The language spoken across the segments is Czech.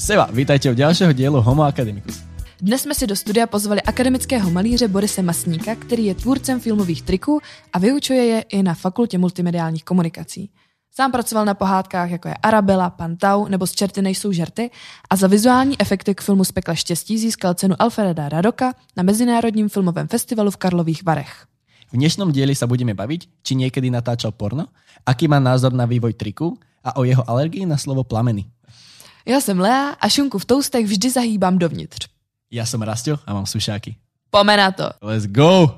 Seva, vítajte u ďalšieho dielu Homo Academicus. Dnes jsme si do studia pozvali akademického malíře Borise Masníka, který je tvůrcem filmových triků a vyučuje je i na Fakultě multimediálních komunikací. Sám pracoval na pohádkách jako je Arabela, Pan Tau nebo Z čerty nejsou žerty a za vizuální efekty k filmu Z pekla štěstí získal cenu Alfreda Radoka na Mezinárodním filmovém festivalu v Karlových Varech. V dnešnom dieli sa budeme baviť, či niekedy natáčal porno, aký má názor na vývoj triku a o jeho alergii na slovo plameny. Já jsem Lea a šunku v toustech vždy zahýbám dovnitř. Ja som Rastio a mám sušáky. Pome na to. Let's go!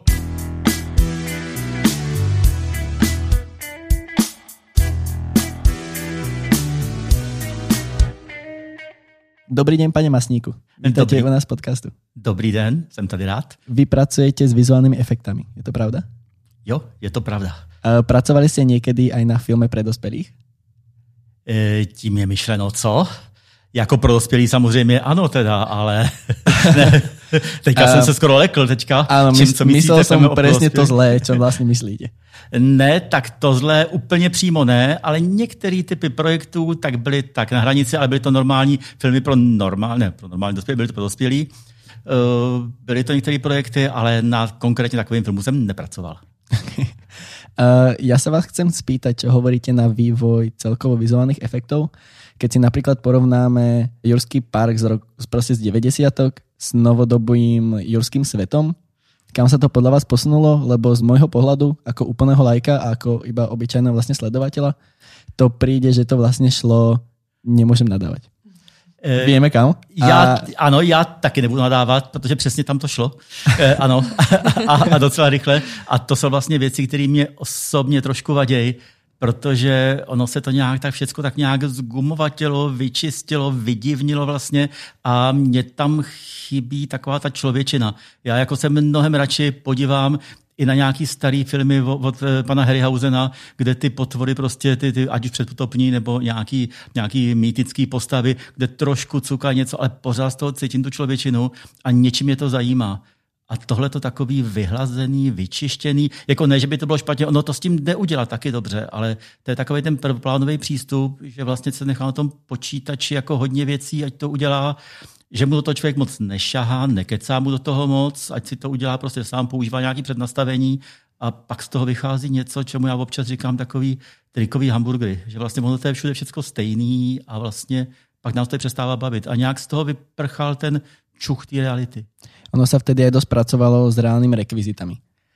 Dobrý den, pane Masníku. Vítajte u nás v podcastu. Dobrý den, jsem tady rád. Vy pracujete s vizuálnymi efektami, je to pravda? Jo, je to pravda. Pracovali ste niekedy aj na filme pre dospělých? Tím je myšleno co? Jako pro dospělý samozřejmě ano teda, ale ne. Teďka jsem se skoro lekl teďka. Áno, myslel som presne to zlé, čo vlastne myslíte. Ne, tak to zlé úplně přímo ne, ale některé typy projektů tak byly tak na hranici, ale byly to normální filmy pro normální dospělí, byly to pro dospělí. Byly to některé projekty, ale na konkrétně takovým filmu jsem nepracoval. Ja sa vás chcem spýtať, čo hovoríte na vývoj celkovo vizuálnych efektov. Keď si napríklad porovnáme Jurský park z 90-tok s novodobým Jurským svetom, kam sa to podľa vás posunulo? Lebo z môjho pohľadu, ako úplného lajka a ako iba obyčajného vlastne sledovateľa, to príde, že to vlastne šlo, nemôžem nadávať. Víme kam? Ano, já taky nebudu nadávat, protože přesně tam to šlo. Ano, a docela rychle. A to jsou vlastně věci, které mě osobně trošku vadějí, protože ono se to nějak tak všecko tak nějak zgumovatilo, vyčistilo, vydivnilo vlastně a mně tam chybí taková ta člověčina. Já jako se mnohem radši podívám i na nějaký starý filmy od pana Harryhausena, kde ty potvory prostě, ty ať už předpotopní nebo nějaký mýtický postavy, kde trošku cukají něco, ale pořád z toho cítím tu člověčinu a něčím mě to zajímá. A tohle to takový vyhlazený, vyčištěný, jako ne, že by to bylo špatně, ono to s tím jde udělat taky dobře, ale to je takový ten prvoplánový přístup, že vlastně se nechá na tom počítači jako hodně věcí, ať to udělá, že mu do toho člověk moc nešahá, nekecá mu do toho moc, ať si to udělá prostě sám, používá nějaké přednastavení a pak z toho vychází něco, čemu já občas říkám takový trikový hamburgery, že vlastně ono to je všude všechno stejný a vlastně pak nás to přestává bavit. A nějak z toho vyprchal ten čuch té reality. Ono sa vtedy aj dosť pracovalo s reálnymi rekvizitami.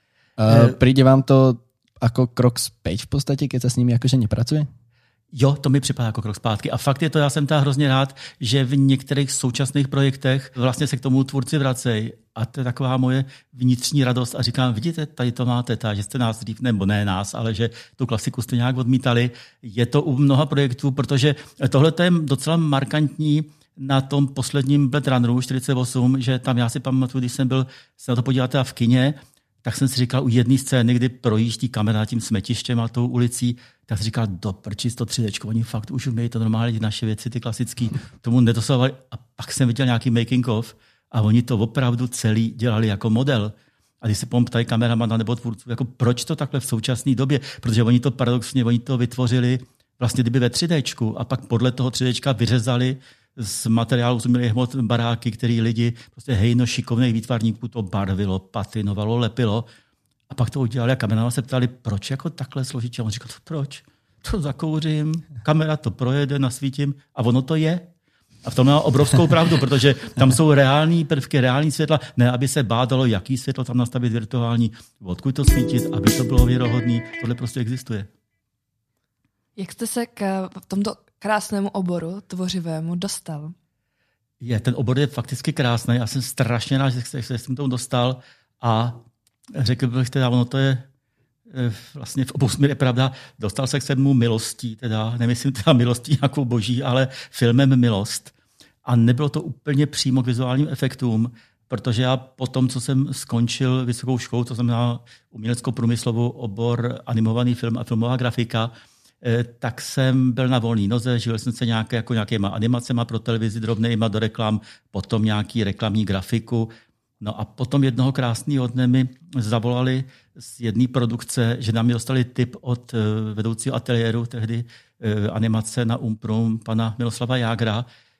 Príde vám to ako krok späť v podstate, keď sa s nimi akože nepracuje? Jo, to mi připadá jako krok zpátky. A fakt je to, já jsem teda hrozně rád, že v některých současných projektech vlastně se k tomu tvůrci vracejí. A to je taková moje vnitřní radost. A říkám, vidíte, tady to máte, že jste nás dřív, nebo ne nás, ale že tu klasiku jste nějak odmítali. Je to u mnoha projektů, protože tohle je docela markantní na tom posledním Blade Runneru 48, že tam já si pamatuju, když jsem byl se na to podívat v kině, tak jsem si říkal u jedné scény, kdy projíždí kamera tím smetištěm a tou ulicí, tak si říkal, do prči, to 3D, oni fakt už umějí to normálně, naše věci, ty klasický, tomu nedosahovali. A pak jsem viděl nějaký making of a oni to opravdu celý dělali jako model. A když se ptají kameramana nebo tvůrců, jako proč to takhle v současné době? Protože oni to paradoxně, oni to vytvořili vlastně kdyby ve 3D a pak podle toho 3D vyřezali z materiálu z umělých hmot baráky, který lidi prostě hejno šikovných výtvarníků to barvilo, patinovalo, lepilo. A pak to udělali a kameramana se ptali, proč jako takhle složitě. A on říkal, proč? To zakouřím, kamera to projede, nasvítím a ono to je. A v tom má obrovskou pravdu, protože tam jsou reální prvky, reální světla, ne aby se bádalo, jaký světlo tam nastavit virtuální, odkud to svítit, aby to bylo věrohodný. Tohle prostě existuje. Jak jste se k tomto krásnému oboru tvořivému dostal? Ten obor je fakticky krásný. Já jsem strašně rád, že se s tím tomu dostal a řekl bych teda, ono to je vlastně v obou směrech pravda, dostal se k sedmu milostí, teda nemyslím teda milostí nějakou boží, ale filmem Milost. A nebylo to úplně přímo k vizuálním efektům, protože já po tom, co jsem skončil vysokou školu, to znamená uměleckou průmyslovou obor animovaný film a filmová grafika, tak jsem byl na volné noze, živil jsem se nějakýma animacema pro televizi, drobnejma do reklam, potom nějaký reklamní grafiku. No a potom jednoho krásného dne mi zavolali z jedné produkce, že nám dostali tip od vedoucího ateliéru tehdy animace na Umprum, pana Miloslava Jágra,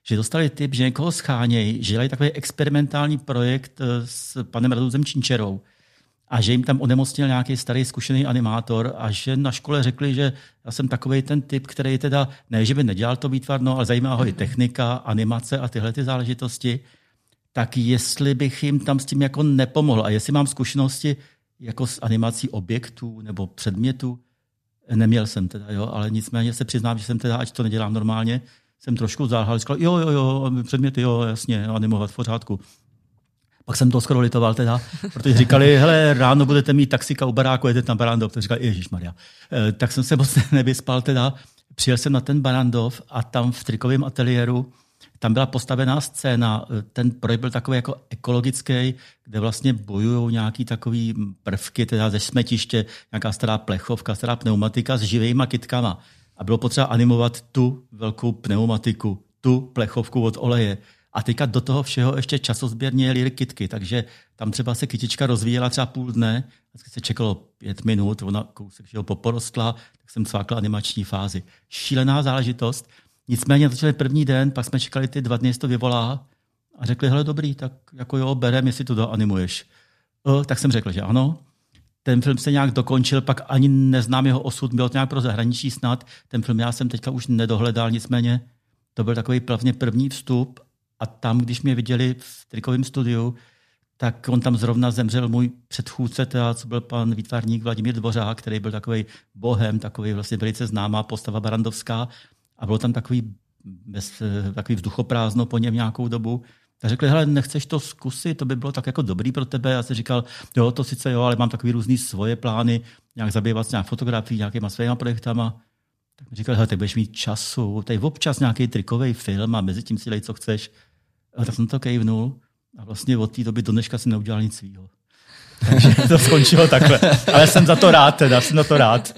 že dostali tip, že někoho schánějí, že dělají takový experimentální projekt s panem Raduzem Činčerou a že jim tam onemocnil nějaký starý zkušený animátor a že na škole řekli, že já jsem takovej ten typ, který teda, ne, že by nedělal to výtvarno, ale zajímá ho i technika, animace a tyhle ty záležitosti, tak jestli bych jim tam s tím jako nepomohl a jestli mám zkušenosti jako s animací objektů nebo předmětů, neměl jsem teda, jo, ale nicméně se přiznám, že jsem teda, ať to nedělám normálně, jsem trošku záhal, říkal, jo, předměty, jo, jasně, animovat v pořádku. Pak jsem to skoro litoval teda, protože říkali, hele, ráno budete mít taxika u baráku, jedete na Barrandov. Tak říkal, ježišmarja. Tak jsem se moc nevyspal teda. Přijel jsem na ten Barrandov a tam v trikovém ateliéru, tam byla postavená scéna. Ten projekt byl takový jako ekologický, kde vlastně bojují nějaký takový prvky, teda ze smetiště, nějaká stará plechovka, stará pneumatika s živýma kytkama. A bylo potřeba animovat tu velkou pneumatiku, tu plechovku od oleje. A teďka do toho všeho ještě časozběrně jeli kytky, takže tam třeba se kytička rozvíjela třeba půl dne, vždycky se čekalo 5 minut, ona kousek poporostla, tak jsem cvákla animační fázi. Šílená záležitost. Nicméně začali první den, pak jsme čekali ty 2 dny, jestli to vyvolá a řekli, hele dobrý, tak jako jo, berem, jestli to doanimuješ. Tak jsem řekl, že ano. Ten film se nějak dokončil, pak ani neznám jeho osud, bylo to nějak pro zahraničí snad. Ten film já jsem teďka už nedohledal, nicméně to byl takový plavně první vstup. A tam, když mě viděli v trikovém studiu, tak on tam zrovna zemřel můj předchůdce, teda, co byl pan výtvarník Vladimír Dvořák, který byl takový bohem, takový vlastně velice známá postava barrandovská. A bylo tam takový vzduchoprázdno po něm nějakou dobu. Tak řekli, hele, nechceš to zkusit, to by bylo tak jako dobrý pro tebe. Já jsem říkal, jo, to sice jo, ale mám takový různý svoje plány, nějak zabývat se nějak fotografií, nějakýma svýma projektama. Tak mi říkal, hele, tak budeš mít času, tady občas nějaký trikový film a mezi tím si dej, co chceš. A tak jsem to kejvnul a vlastně od té doby do dneška jsem neudělal nic svýho. Takže to skončilo takhle. Ale jsem za to rád.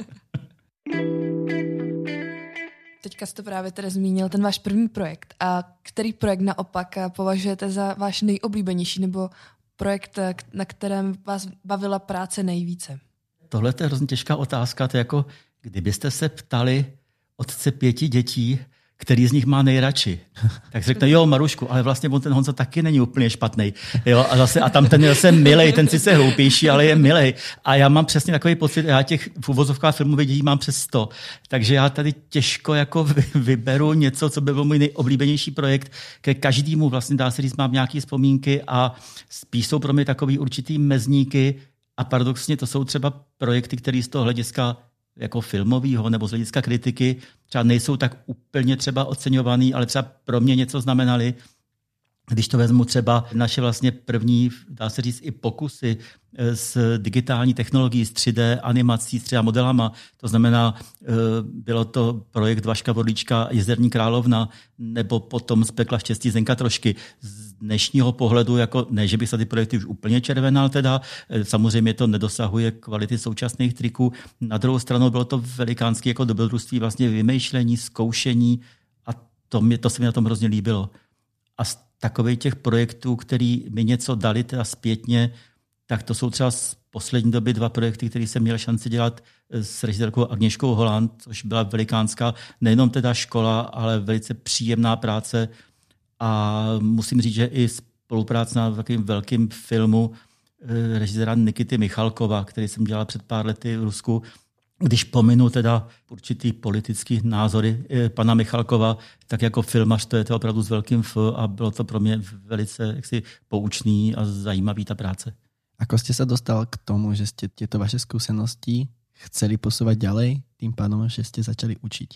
Teďka jste právě tedy zmínil ten váš první projekt. A který projekt naopak považujete za váš nejoblíbenější nebo projekt, na kterém vás bavila práce nejvíce? Tohle je hrozně těžká otázka. To je jako, kdybyste se ptali otce 5 dětí, který z nich má nejradši. Tak řekne, jo, Marušku, ale vlastně ten Honza taky není úplně špatnej. Jo, a tam ten je zase milej, ten sice hloupější, ale je milej. A já mám přesně takový pocit, já těch v uvozovkách filmových dětí mám přes 100. Takže já tady těžko jako vyberu něco, co by byl můj nejoblíbenější projekt. Ke každému vlastně dá se říct, mám nějaké vzpomínky a spíš jsou pro mě takový určitý mezníky a paradoxně to jsou třeba projekty, které z toho hlediska jako filmovýho nebo z hlediska kritiky třeba nejsou tak úplně třeba oceňovaný, ale třeba pro mě něco znamenaly. Když to vezmu třeba naše vlastně první, dá se říct, i pokusy s digitální technologií, s 3D animací, s 3D modelama, to znamená, bylo to projekt Vaška Vodlíčka Jezerní královna, nebo potom z Pekla štěstí Zdenka Trošky. Z dnešního pohledu, jako ne, že bych se ty projekty už úplně červenal, teda samozřejmě to nedosahuje kvality současných triků. Na druhou stranu bylo to velikánské jako dobrodružství, vlastně vymýšlení, zkoušení a to se mi na tom hrozně líbilo. A z takových těch projektů, který mi něco dali teda zpětně, tak to jsou třeba z poslední doby 2 projekty, které jsem měl šanci dělat s režisérkou Agněškou Holland, což byla velikánská, nejenom teda škola, ale velice příjemná práce. A musím říct, že i spolupráce na takovým velkým filmu režiséra Nikity Michalkova, který jsem dělal před pár lety v Rusku. Když pominu teda určitý politický názory pana Michalkova, tak jako filmař to je to opravdu s velkým F a bylo to pro mě velice jaksi poučný a zajímavý ta práce. Ako ste sa dostal k tomu, že ste tieto vaše skúsenosti chceli posúvať ďalej, tým pádom, že ste začali učiť?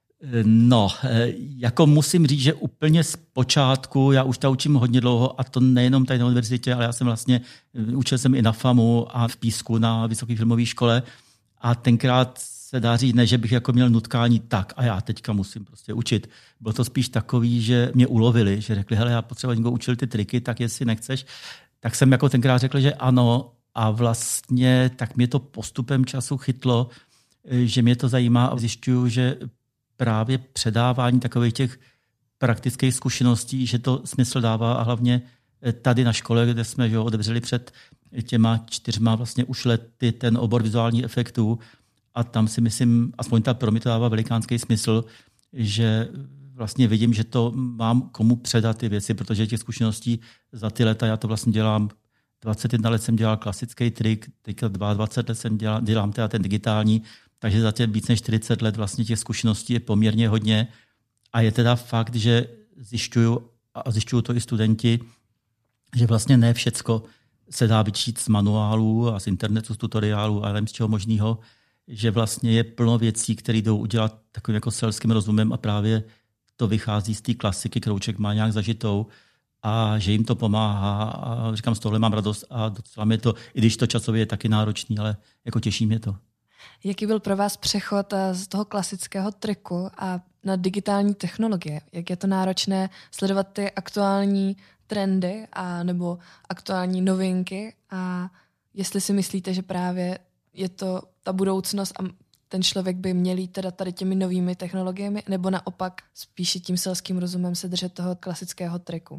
No, jako musím říct, že úplně z počátku, já už to učím hodně dlouho a to nejenom tady na univerzitě, ale já jsem vlastně, učil jsem i na FAMu a v Písku na Vysoké filmové škole a tenkrát se dá říct, ne, že bych jako měl nutkání tak a já teďka musím prostě učit. Bylo to spíš takový, že mě ulovili, že řekli, hele, já potřeba někdo učil ty triky, tak jestli nechceš, tak jsem jako tenkrát řekl, že ano a vlastně tak mě to postupem času chytlo, že mě to zajímá a zjišťuju, že právě předávání takových těch praktických zkušeností, že to smysl dává a hlavně tady na škole, kde jsme otevřeli před těma 4 vlastně už lety ten obor vizuálních efektů a tam si myslím, aspoň ta pro mě to dává velikánský smysl, že vlastně vidím, že to mám komu předat ty věci, protože těch zkušeností za ty leta, já to vlastně dělám, 21 let jsem dělal klasický trik, teďka 22 let jsem dělám teda ten digitální, takže za těch víc než 40 let vlastně těch zkušeností je poměrně hodně a je teda fakt, že zjišťuju to i studenti, že vlastně ne všecko se dá vyčít z manuálů a z internetu, z tutoriálů a nevím z čeho možného, že vlastně je plno věcí, které jdou udělat takovým jako selským rozumem a právě to vychází z té klasiky, kterou člověk má nějak zažitou a že jim to pomáhá a říkám, z tohle mám radost a docela mě to, i když to časově je taky náročný, ale jako těší mě to. Jaký byl pro vás přechod z toho klasického triku a na digitální technologie? Jak je to náročné sledovat ty aktuální trendy a nebo aktuální novinky a jestli si myslíte, že právě je to ta budoucnost a ten člověk by měl jít teda tady těmi novými technologiemi nebo naopak spíše tím selským rozumem se držet toho klasického triku?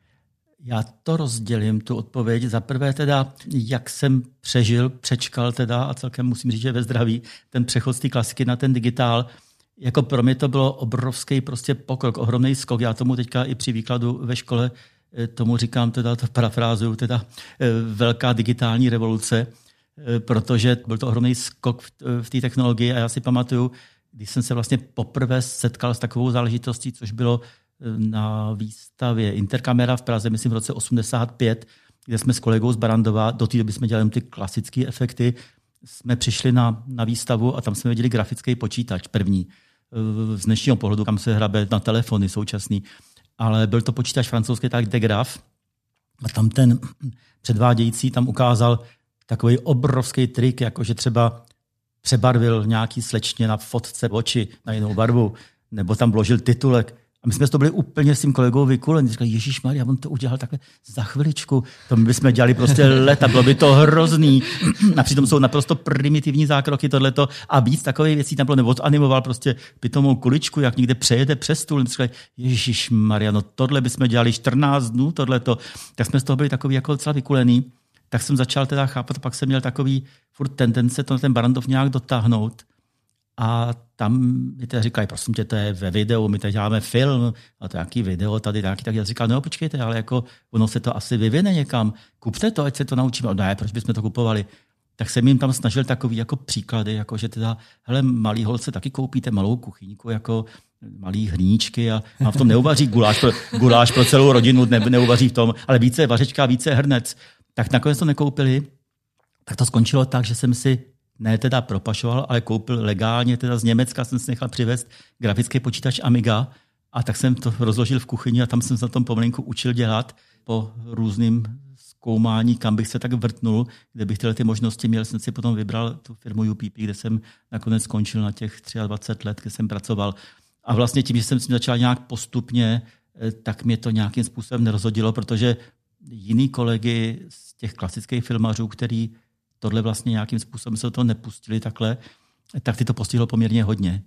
Já to rozdělím, tu odpověď. Za prvé teda, jak jsem přečkal teda a celkem musím říct, že ve zdraví, ten přechod z té klasiky na ten digitál, jako pro mě to bylo obrovský prostě pokrok, ohromný skok. Já tomu teďka i při výkladu ve škole tomu říkám, teda to parafrázuju, teda velká digitální revoluce, protože byl to ohromný skok v té technologii a já si pamatuju, když jsem se vlastně poprvé setkal s takovou záležitostí, což bylo na výstavě Interkamera v Praze, myslím v roce 85, kde jsme s kolegou z Barandova, do té doby jsme dělali ty klasické efekty, jsme přišli na výstavu a tam jsme viděli grafický počítač první. Z dnešního pohledu, kam se hrabe na telefony současný. Ale byl to počítač francouzský, tak Degraph. A tam ten předvádějící tam ukázal takový obrovský trik, jakože třeba přebarvil nějaký slečně na fotce oči na jinou barvu, nebo tam vložil titulek. A my jsme to byli úplně s tím kolegou vykuleni. Říkali, ježišmarja, on to udělal takhle za chviličku. To my bychom dělali prostě leta, bylo by to hrozný. A přitom jsou naprosto primitivní zákroky tohleto. A víc takových věcí tam bylo, nebo animoval prostě pitomou kuličku, jak někde přejede přes stůl. Říkali, ježišmarja, no tohle bychom dělali 14 dnů, tohleto. Tak jsme z toho byli takový jako docela vykulený. Tak jsem začal teda chápat, a pak jsem měl takový furt tendence to ten Barandov nějak dotáhnout. A tam mi teda říkali, prosím tě, to je ve videu, my teď děláme film, a to nějaký video tady, nějaký, tak já říkal, no počkejte, ale jako ono se to asi vyvine někam, kupte to, ať se to naučíme. Ne, proč bychom to kupovali? Tak jsem jim tam snažil takový jako příklady, jako že teda, hele, malý holce taky koupíte malou kuchyňku, jako malý hříníčky a v tom neuvaří guláš pro celou rodinu, neuvaří v tom, ale více vařečka, více hrnec. Tak nakonec to nekoupili, tak to skončilo tak, že jsem si ne teda propašoval, ale koupil legálně, teda z Německa jsem si nechal přivést grafický počítač Amiga a tak jsem to rozložil v kuchyni a tam jsem se na tom pomalinku učil dělat po různým zkoumání, kam bych se tak vrtnul, kde bych tyhle ty možnosti měl, jsem si potom vybral tu firmu UPP, kde jsem nakonec skončil na těch 23 let, kde jsem pracoval. A vlastně tím, že jsem s tím začal nějak postupně, tak mě to nějakým způsobem nerozhodilo, protože jiný kolegy z těch klasických filmařů, který tohle vlastně nějakým způsobem se to nepustili takhle, tak ty to postihlo poměrně hodně.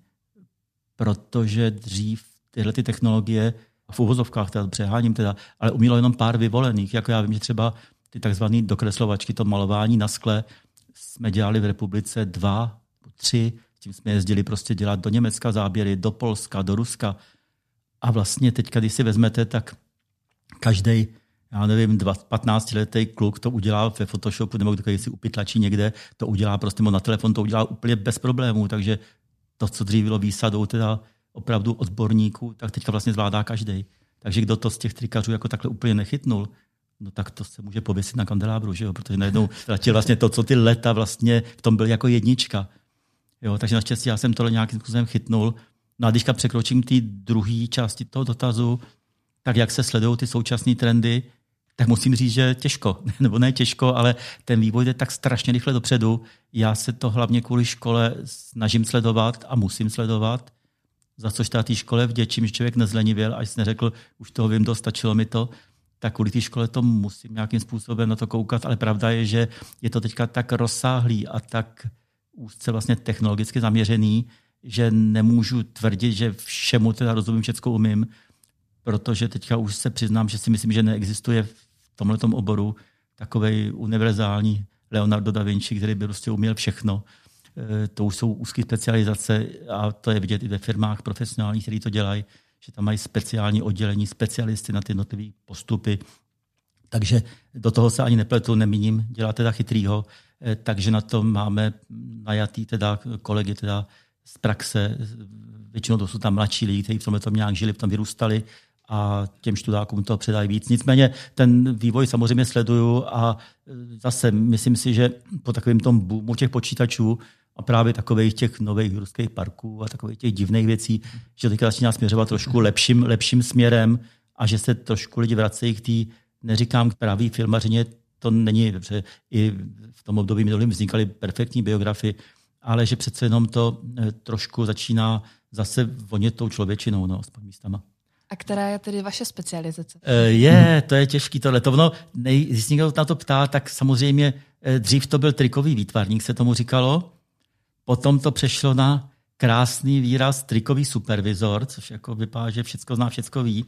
Protože dřív tyhle ty technologie, v uvozovkách teda přeháním teda, ale umělo jenom pár vyvolených. Jako já vím, že třeba ty takzvané dokreslovačky, to malování na skle, jsme dělali v republice 2, 3, tím jsme jezdili prostě dělat do Německa záběry, do Polska, do Ruska. A vlastně teďka, když si vezmete, tak každý, já nevím, 15letý kluk to udělá ve Photoshopu, nebo když si upytlačí někde, to udělá prostě na telefon, to udělá úplně bez problémů. Takže to, co dřív bylo výsadou teda opravdu odborníků, tak teďka vlastně zvládá každý. Takže kdo to z těch trikařů jako takhle úplně nechytnul, no tak to se může pověsit na kandelábru, že jo? Protože najednou ztratil vlastně to, co ty leta vlastně v tom byl jako jednička. Jo, takže naštěstí já jsem tohle nějakým způsobem chytnul. No a když překročím té druhé části toho dotazu, tak jak se sledují ty současné trendy, tak musím říct, že těžko. Nebo ne těžko, ale ten vývoj jde tak strašně rychle dopředu. Já se to hlavně kvůli škole snažím sledovat a musím sledovat, za což té škole vděčím, že člověk nezlenivěl, až neřekl, už toho vím, dostačilo mi to, tak kvůli té škole to musím nějakým způsobem na to koukat, ale pravda je, že je to teďka tak rozsáhlý a tak úzce vlastně technologicky zaměřený, že nemůžu tvrdit, že všemu teda rozumím, všecko umím, protože teďka už se přiznám, že si myslím, že neexistuje v tomhletom oboru takovej univerzální Leonardo da Vinci, který by prostě uměl všechno. To už jsou úzké specializace a to je vidět i ve firmách profesionálních, kteří to dělají, že tam mají speciální oddělení, specialisty na ty jednotlivé postupy. Takže do toho se ani nepletu, nemíním dělat teda chytrýho, takže na to máme najatý teda kolegy teda z praxe, většinou to jsou tam mladší lidi, kteří v tomhle tom nějak žili, v tom vyrůstali a těm študákům to předají víc. Nicméně ten vývoj samozřejmě sleduju a zase myslím si, že po takovém tom boomu těch počítačů a právě takových těch nových ruských parků a takových těch divných věcí, že teďka začíná směřovat trošku lepším směrem a že se trošku lidi vracejí k té, neříkám k pravý filmařině, to není, protože i v tom období minulým vznikaly perfektní biografie, ale že přece jenom to trošku začíná zase vonět tou člověčinou, no, aspoň místama. A která je tedy vaše specializace? To je těžký tohle. Když někdo na to ptá, tak samozřejmě dřív to byl trikový výtvarník, se tomu říkalo. Potom to přešlo na krásný výraz trikový supervizor, což jako vypadá, že všecko zná, všecko ví.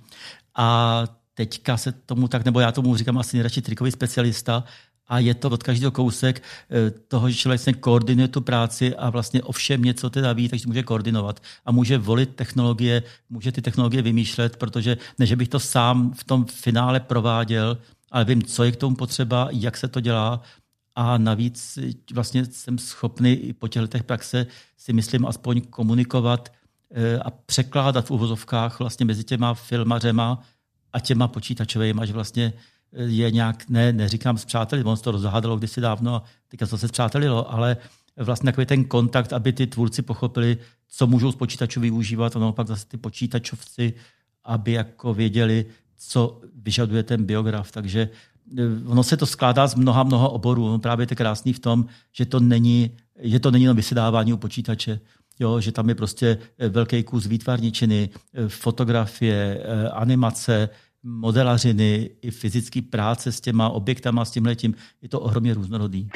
A teďka se tomu tak, nebo já tomu říkám asi nejradši trikový specialista, a je to od každého kousek toho, že člověk vlastně koordinuje tu práci a vlastně o všem něco teda ví, takže může koordinovat a může volit technologie, může ty technologie vymýšlet, protože ne, že bych to sám v tom finále prováděl, ale vím, co je k tomu potřeba, jak se to dělá a navíc vlastně jsem schopný i po těch letech praxe si myslím aspoň komunikovat a překládat v uvozovkách vlastně mezi těma filmařema a těma počítačovejma, že vlastně je nějak, neříkám spřátelit, on se to rozhádalo kdysi dávno a teďka to se spřátelilo, ale vlastně takový ten kontakt, aby ty tvůrci pochopili, co můžou z počítačů využívat a naopak zase ty počítačovci, aby jako věděli, co vyžaduje ten biograf. Takže ono se to skládá z mnoha oborů. No právě to krásný v tom, že to není jenom vysedávání u počítače, jo, že tam je prostě velký kus výtvarničiny, fotografie, animace, modelařiny i fyzické práce s těma objektama, s tímhletím. Je to ohromně různorodý.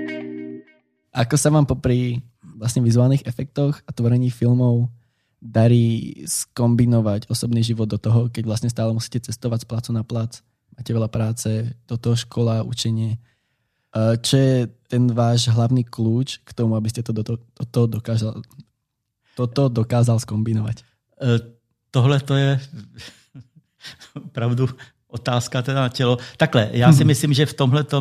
Ako sa vám popri vlastne vizuálnych efektoch a tvorení filmov darí skombinovať osobný život do toho, keď vlastne stále musíte cestovať z placu na plac, máte veľa práce, do toho škola, učenie. Čo je ten váš hlavný kľúč k tomu, aby ste toto dokázal skombinovať? Tohle to je opravdu otázka teda na tělo. Takhle, já si myslím, že v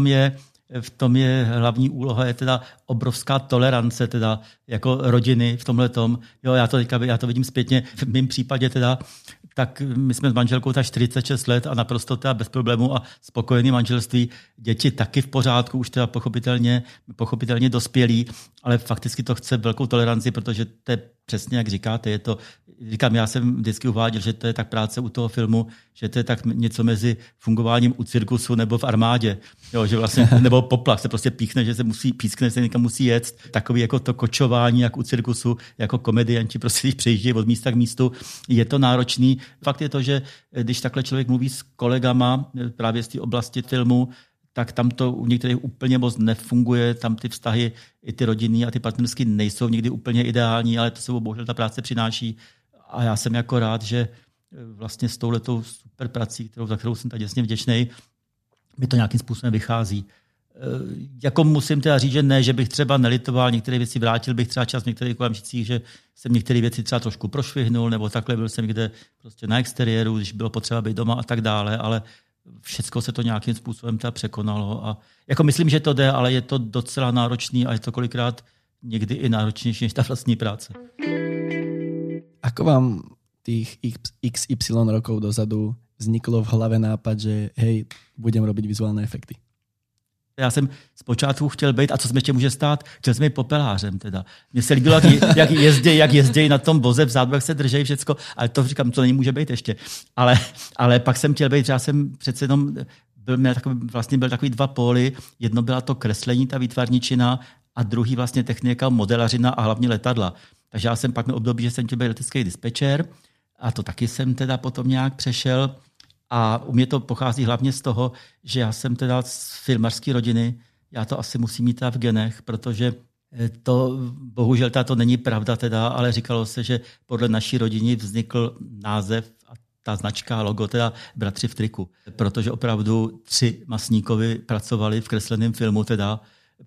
tom je hlavní úloha je teda obrovská tolerance teda jako rodiny v tomhletom. Jo, já to vidím zpětně. V mém případě teda, tak my jsme s manželkou tak 46 let a naprosto teda bez problémů a spokojený manželství. Děti taky v pořádku, už teda pochopitelně dospělí, ale fakticky to chce velkou toleranci, protože to je přesně jak říkáte, říkám, já jsem vždycky uváděl, že to je tak práce u toho filmu, že to je tak něco mezi fungováním u cirkusu nebo v armádě. Jo, že vlastně, nebo poplach se prostě píchne, že se pískne, se někam musí jet. Takový jako to kočování, jak u cirkusu, jako komedianti, prostě když přejíždějí od místa k místu. Je to náročný. Fakt je to, že když takhle člověk mluví s kolegama právě z té oblasti filmu, tak tam to u některých úplně moc nefunguje, tam ty vztahy, i ty rodinný a ty partnerský nejsou nikdy úplně ideální, ale to se bohužel ta práce přináší. A já jsem jako rád, že vlastně s touhletou super prací, za kterou jsem tak děsně vděčnej, mi to nějakým způsobem vychází. Jako musím teda říct, že ne, že bych třeba nelitoval, některé věci vrátil bych třeba čas v některých okamžicích, že jsem některé věci třeba trošku prošvihnul, nebo takhle byl jsem někde prostě na exteriéru, když bylo potřeba být doma a tak dále, ale všechno se to nějakým způsobem teda překonalo. A jako myslím, že to jde, ale je to docela náročný a je to kolikrát někdy i náročnější než ta vlastní práce. Ako vám tých XY rokov dozadu vzniklo v hlave nápad, že hej, budem robiť vizuálne efekty? Já jsem zpočátku chtěl být, a co se mi ještě může stát, chtěl jsem být popelářem teda. Mně se líbilo, jak jezdějí na tom voze vzadu, jak se držejí všecko, ale to říkám, to nemůže být ještě. Ale pak jsem chtěl být, že já jsem přece jenom byl takový dva póly. Jedno byla to kreslení, ta výtvarničina, a druhý vlastně technika modelařina a hlavně letadla. Takže já jsem pak měl období, že jsem chtěl být letecký dispečer a to taky jsem teda potom nějak přešel. A u mě to pochází hlavně z toho, že já jsem teda z filmařské rodiny, já to asi musím mít v genech, protože to bohužel to není pravda teda, ale říkalo se, že podle naší rodiny vznikl název a ta značka, logo, teda Bratři v triku. Protože opravdu 3 Masníkovi pracovali v kresleném filmu teda,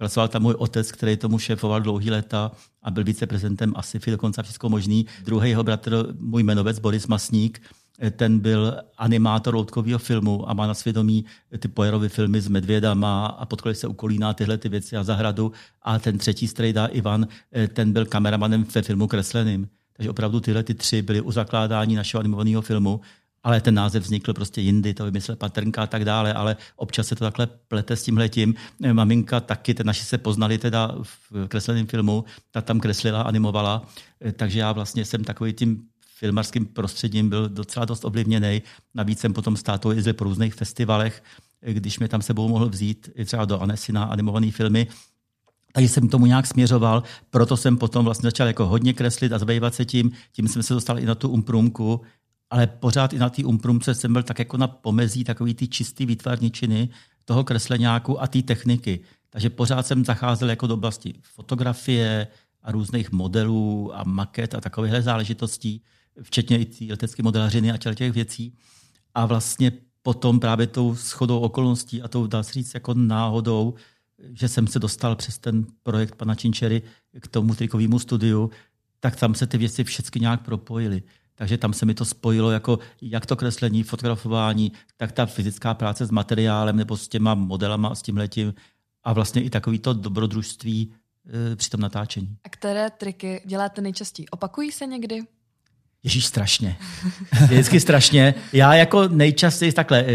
Pracoval tam můj otec, který tomu šéfoval dlouhý léta a byl viceprezidentem ASIFy, dokonce všechno možný. Druhý jeho bratr, můj jmenovec Boris Masník, ten byl animátor loutkového filmu a má na svědomí ty Poirotovy filmy s medvědama a potkali se u Kolína tyhle ty věci a zahradu. A ten třetí strejda Ivan, ten byl kameramanem ve filmu Kresleným. Takže opravdu tyhle ty tři byly u zakládání našeho animovaného filmu, ale ten název vznikl prostě jindy, to vymyslel Patrnka a tak dále, ale občas se to takhle plete s tímhletím. Maminka taky, naši se poznali teda v kresleném filmu, ta tam kreslila, animovala, takže já vlastně jsem takový tím filmarským prostředím byl docela dost ovlivněný. Navíc jsem potom s tátou jezdil po různých festivalech, když mě tam sebou mohl vzít i třeba do Anessina animované filmy. Takže jsem tomu nějak směřoval, proto jsem potom vlastně začal jako hodně kreslit a zabývat se tím jsem se dostal i na tu umprumku, ale pořád i na té umprumce jsem byl tak jako na pomezí takový ty čistý výtvarničiny, toho kresleňáku a té techniky. Takže pořád jsem zacházel jako do oblasti fotografie a různých modelů a maket a takovéhle záležitostí, včetně i té letecké modelařiny a těch věcí. A vlastně potom právě tou shodou okolností a tou, dá se říct, jako náhodou, že jsem se dostal přes ten projekt pana Činčery k tomu trikovému studiu, tak tam se ty věci všechny nějak propojily. Takže tam se mi to spojilo jako jak to kreslení, fotografování, tak ta fyzická práce s materiálem nebo s těma modelama a s tímhletím a vlastně i takovýto dobrodružství při tom natáčení. A které triky děláte nejčastěji? Opakují se někdy? Ježíš, strašně. Vždycky strašně. Já jako nejčastěji,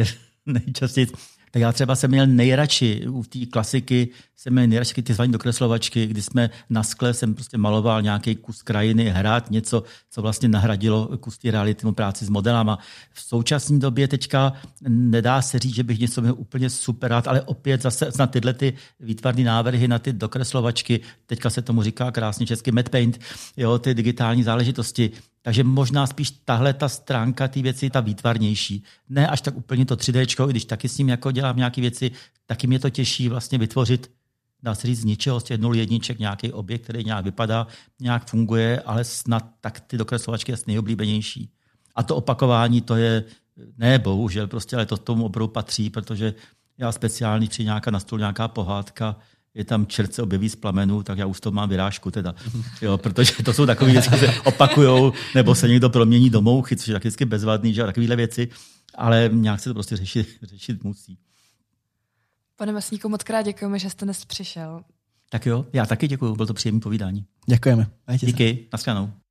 tak já třeba jsem měl nejradši u té klasiky, jsem měl nejradši ty zvaní dokreslovačky, kdy jsme na skle jsem prostě maloval nějaký kus krajiny, hrát něco, co vlastně nahradilo kus té reality, práci s modelama. V současné době teďka nedá se říct, že bych něco měl úplně super rád, ale opět zase na tyhle ty výtvarné návrhy, na ty dokreslovačky, teďka se tomu říká krásně česky matte paint, jo, ty digitální záležitosti. Takže možná spíš tahle ta stránka té věci, ta výtvarnější. Ne až tak úplně to 3D, když taky s ním jako dělám nějaké věci, taky mě to těší vlastně vytvořit, dá se říct, z ničeho, z těch 0 jedniček nějaký objekt, který nějak vypadá, nějak funguje, ale snad tak ty dokreslovačky je nejoblíbenější. A to opakování, to je, ne bohužel, prostě, ale to tomu opravdu patří, protože já speciálně při na stůl nějaká pohádka, je tam čert se objeví z plamenů, tak já už to mám vyrážku teda. Jo, protože to jsou takové věci, které se opakujou, nebo se někdo promění do mouchy, což je taky bezvadný, že takovéhle věci, ale nějak se to prostě řešit musí. Pane Masníku, moc krát děkujeme, že jste dnes přišel. Tak jo, já taky děkuju, bylo to příjemné povídání. Děkujeme. Díky, nashledanou.